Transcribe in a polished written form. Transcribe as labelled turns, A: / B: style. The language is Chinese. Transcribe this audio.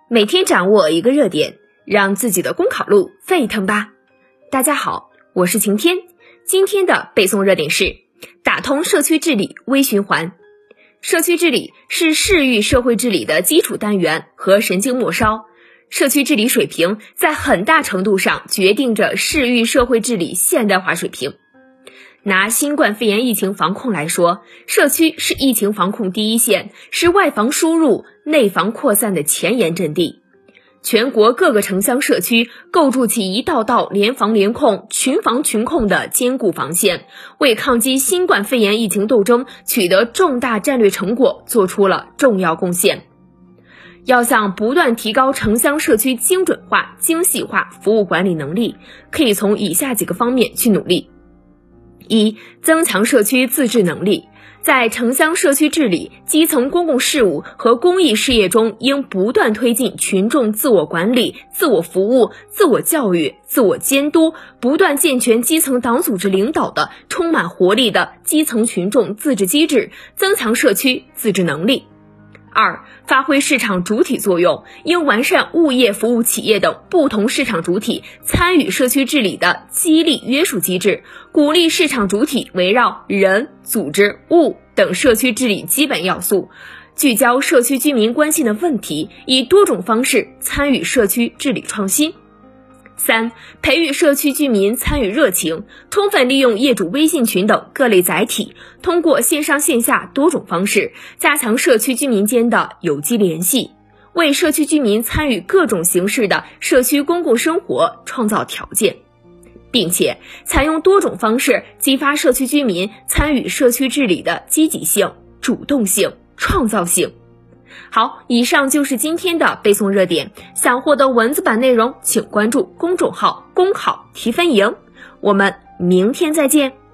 A: 每天掌握一个热点，让自己的公考路沸腾吧。大家好，我是晴天。今天的背诵热点是打通社区治理微循环。社区治理是市域社会治理的基础单元和神经末梢，社区治理水平在很大程度上决定着市域社会治理现代化水平。拿新冠肺炎疫情防控来说，社区是疫情防控第一线，是外防输入、内防扩散的前沿阵地。全国各个城乡社区构筑起一道道联防联控、群防群控的坚固防线，为抗击新冠肺炎疫情斗争取得重大战略成果做出了重要贡献。要想不断提高城乡社区精准化、精细化服务管理能力，可以从以下几个方面去努力。一、增强社区自治能力。在城乡社区治理、基层公共事务和公益事业中，应不断推进群众自我管理、自我服务、自我教育、自我监督，不断健全基层党组织领导的充满活力的基层群众自治机制，增强社区自治能力。二、发挥市场主体作用，应完善物业服务企业等不同市场主体参与社区治理的激励约束机制，鼓励市场主体围绕人、组织、物等社区治理基本要素，聚焦社区居民关心的问题，以多种方式参与社区治理创新。三、培育社区居民参与热情，充分利用业主微信群等各类载体，通过线上线下多种方式，加强社区居民间的有机联系，为社区居民参与各种形式的社区公共生活创造条件，并且采用多种方式激发社区居民参与社区治理的积极性、主动性、创造性。好，以上就是今天的背诵热点。想获得文字版内容，请关注公众号公考提分营。我们明天再见。